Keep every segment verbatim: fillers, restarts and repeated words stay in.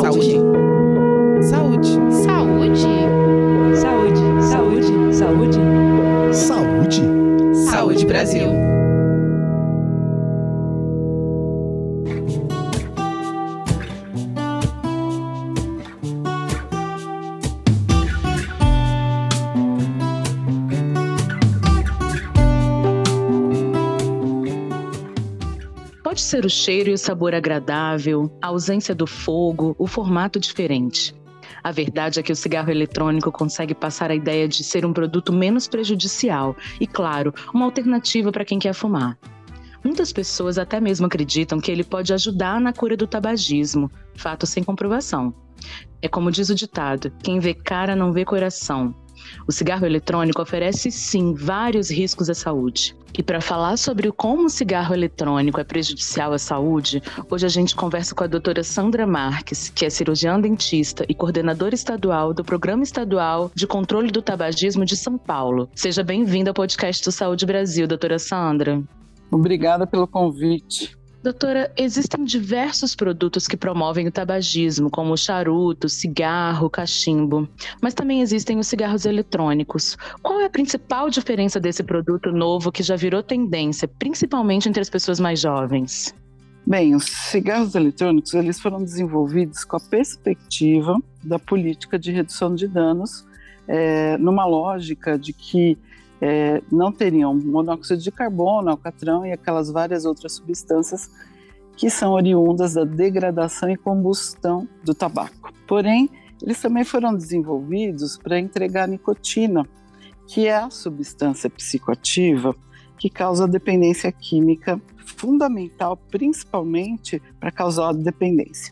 Saúde. Saúde. Saúde. Saúde. Saúde. Saúde. Saúde. Saúde Brasil. Pode ser o cheiro e o sabor agradável, a ausência do fogo, o formato diferente. A verdade é que o cigarro eletrônico consegue passar a ideia de ser um produto menos prejudicial e, claro, uma alternativa para quem quer fumar. Muitas pessoas até mesmo acreditam que ele pode ajudar na cura do tabagismo, fato sem comprovação. É como diz o ditado, quem vê cara não vê coração. O cigarro eletrônico oferece, sim, vários riscos à saúde. E para falar sobre como o cigarro eletrônico é prejudicial à saúde, hoje a gente conversa com a doutora Sandra Marques, que é cirurgiã dentista e coordenadora estadual do Programa Estadual de Controle do Tabagismo de São Paulo. Seja bem-vinda ao podcast do Saúde Brasil, doutora Sandra. Obrigada pelo convite. Doutora, existem diversos produtos que promovem o tabagismo, como o charuto, cigarro, cachimbo, mas também existem os cigarros eletrônicos. Qual é a principal diferença desse produto novo que já virou tendência, principalmente entre as pessoas mais jovens? Bem, os cigarros eletrônicos eles foram desenvolvidos com a perspectiva da política de redução de danos, é, numa lógica de que É, não teriam monóxido de carbono, alcatrão e aquelas várias outras substâncias que são oriundas da degradação e combustão do tabaco. Porém, eles também foram desenvolvidos para entregar nicotina, que é a substância psicoativa que causa dependência química, fundamental principalmente para causar a dependência.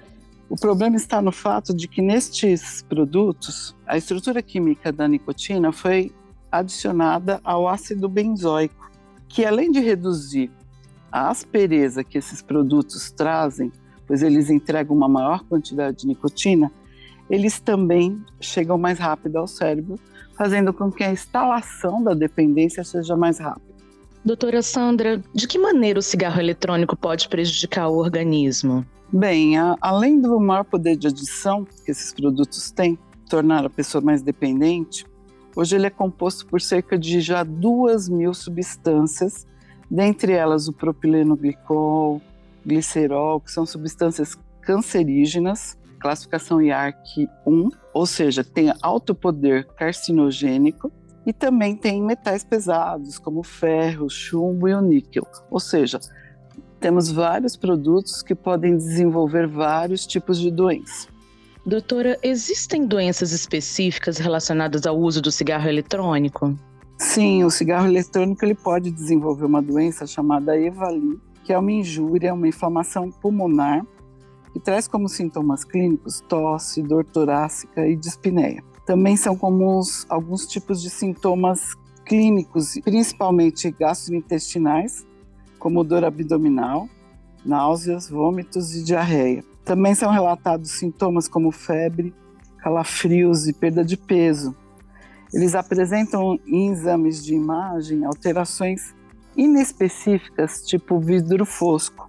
O problema está no fato de que nestes produtos, a estrutura química da nicotina foi adicionada ao ácido benzoico, que além de reduzir a aspereza que esses produtos trazem, pois eles entregam uma maior quantidade de nicotina, eles também chegam mais rápido ao cérebro, fazendo com que a instalação da dependência seja mais rápida. Doutora Sandra, de que maneira o cigarro eletrônico pode prejudicar o organismo? Bem, a, além do maior poder de adição que esses produtos têm, tornar a pessoa mais dependente, hoje ele é composto por cerca de já duas mil substâncias, dentre elas o propilenoglicol, glicerol, que são substâncias cancerígenas, classificação I A R C um, ou seja, tem alto poder carcinogênico, e também tem metais pesados, como o ferro, o chumbo e o níquel, ou seja, temos vários produtos que podem desenvolver vários tipos de doença. Doutora, existem doenças específicas relacionadas ao uso do cigarro eletrônico? Sim, o cigarro eletrônico ele pode desenvolver uma doença chamada EVALI, que é uma injúria, uma inflamação pulmonar, que traz como sintomas clínicos tosse, dor torácica e dispneia. Também são comuns alguns tipos de sintomas clínicos, principalmente gastrointestinais, como dor abdominal, náuseas, vômitos e diarreia. Também são relatados sintomas como febre, calafrios e perda de peso. Eles apresentam em exames de imagem alterações inespecíficas, tipo vidro fosco,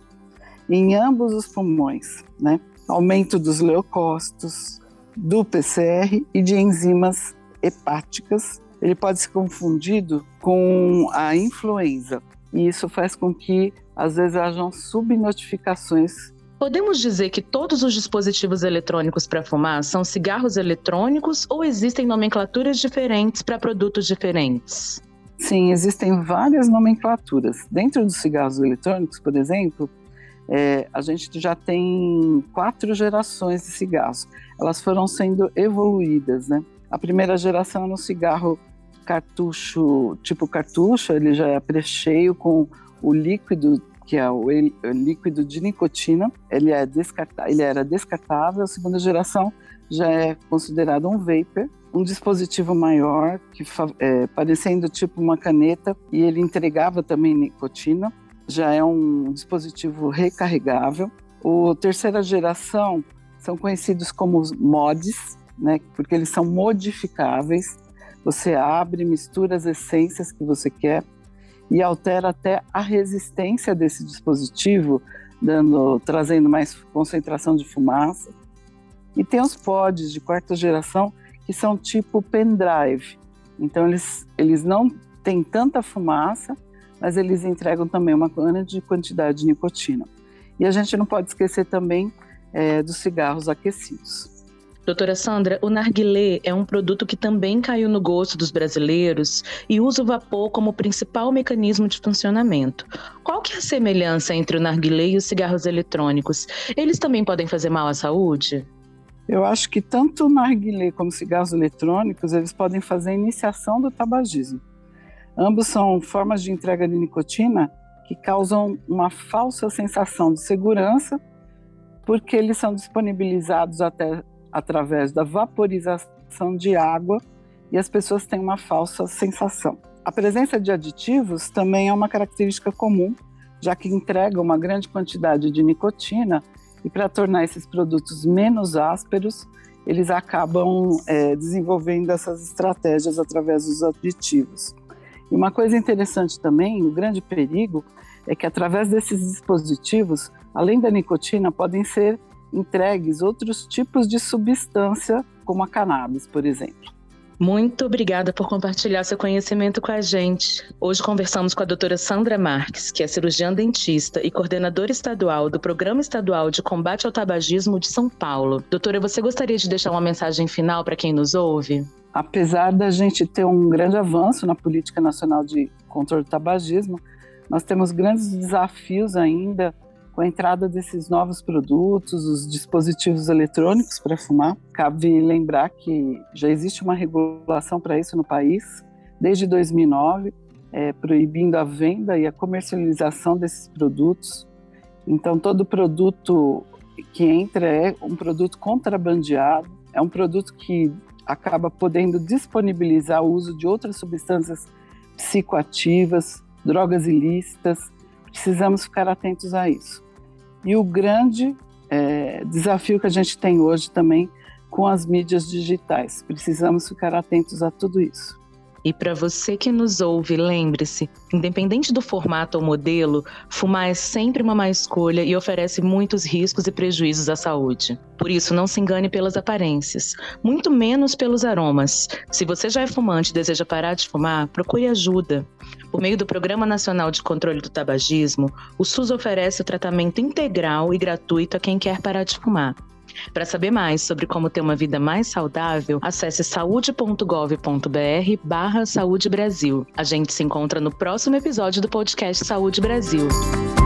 em ambos os pulmões, né? Aumento dos leucócitos, do P C R e de enzimas hepáticas. Ele pode ser confundido com a influenza, e isso faz com que, às vezes, hajam subnotificações. Podemos dizer que todos os dispositivos eletrônicos para fumar são cigarros eletrônicos ou existem nomenclaturas diferentes para produtos diferentes? Sim, existem várias nomenclaturas. Dentro dos cigarros eletrônicos, por exemplo, é, a gente já tem quatro gerações de cigarros. Elas foram sendo evoluídas, né? A primeira geração era um cigarro cartucho, tipo cartucho, ele já é pré-cheio com o líquido, que é o líquido de nicotina, ele, é descarta, ele era descartável. A segunda geração já é considerado um vapor, um dispositivo maior, que, é, parecendo tipo uma caneta, e ele entregava também nicotina, já é um dispositivo recarregável. A terceira geração são conhecidos como mods, né, porque eles são modificáveis, você abre, mistura as essências que você quer, e altera até a resistência desse dispositivo, dando, trazendo mais concentração de fumaça. E tem os pods de quarta geração, que são tipo pendrive. Então, eles, eles não têm tanta fumaça, mas eles entregam também uma grande quantidade de nicotina. E a gente não pode esquecer também é, dos cigarros aquecidos. Doutora Sandra, o narguilé é um produto que também caiu no gosto dos brasileiros e usa o vapor como principal mecanismo de funcionamento. Qual que é a semelhança entre o narguilé e os cigarros eletrônicos? Eles também podem fazer mal à saúde? Eu acho que tanto o narguilé como cigarros eletrônicos, eles podem fazer a iniciação do tabagismo. Ambos são formas de entrega de nicotina que causam uma falsa sensação de segurança, porque eles são disponibilizados até através da vaporização de água e as pessoas têm uma falsa sensação. A presença de aditivos também é uma característica comum, já que entrega uma grande quantidade de nicotina e para tornar esses produtos menos ásperos, eles acabam é, desenvolvendo essas estratégias através dos aditivos. E uma coisa interessante também, o grande perigo, é que através desses dispositivos, além da nicotina, podem ser entregues outros tipos de substância, como a cannabis, por exemplo. Muito obrigada por compartilhar seu conhecimento com a gente. Hoje conversamos com a doutora Sandra Marques, que é cirurgiã dentista e coordenadora estadual do Programa Estadual de Combate ao Tabagismo de São Paulo. Doutora, você gostaria de deixar uma mensagem final para quem nos ouve? Apesar da gente ter um grande avanço na Política Nacional de Controle do Tabagismo, nós temos grandes desafios ainda com a entrada desses novos produtos, os dispositivos eletrônicos para fumar. Cabe lembrar que já existe uma regulação para isso no país, desde dois mil e nove, é, proibindo a venda e a comercialização desses produtos. Então, todo produto que entra é um produto contrabandeado, é um produto que acaba podendo disponibilizar o uso de outras substâncias psicoativas, drogas ilícitas. Precisamos ficar atentos a isso. E o grande é, desafio que a gente tem hoje também com as mídias digitais. Precisamos ficar atentos a tudo isso. E para você que nos ouve, lembre-se, independente do formato ou modelo, fumar é sempre uma má escolha e oferece muitos riscos e prejuízos à saúde. Por isso, não se engane pelas aparências, muito menos pelos aromas. Se você já é fumante e deseja parar de fumar, procure ajuda. Por meio do Programa Nacional de Controle do Tabagismo, o SUS oferece o tratamento integral e gratuito a quem quer parar de fumar. Para saber mais sobre como ter uma vida mais saudável, acesse saúde ponto gov ponto br barra Saúde Brasil. A gente se encontra no próximo episódio do podcast Saúde Brasil.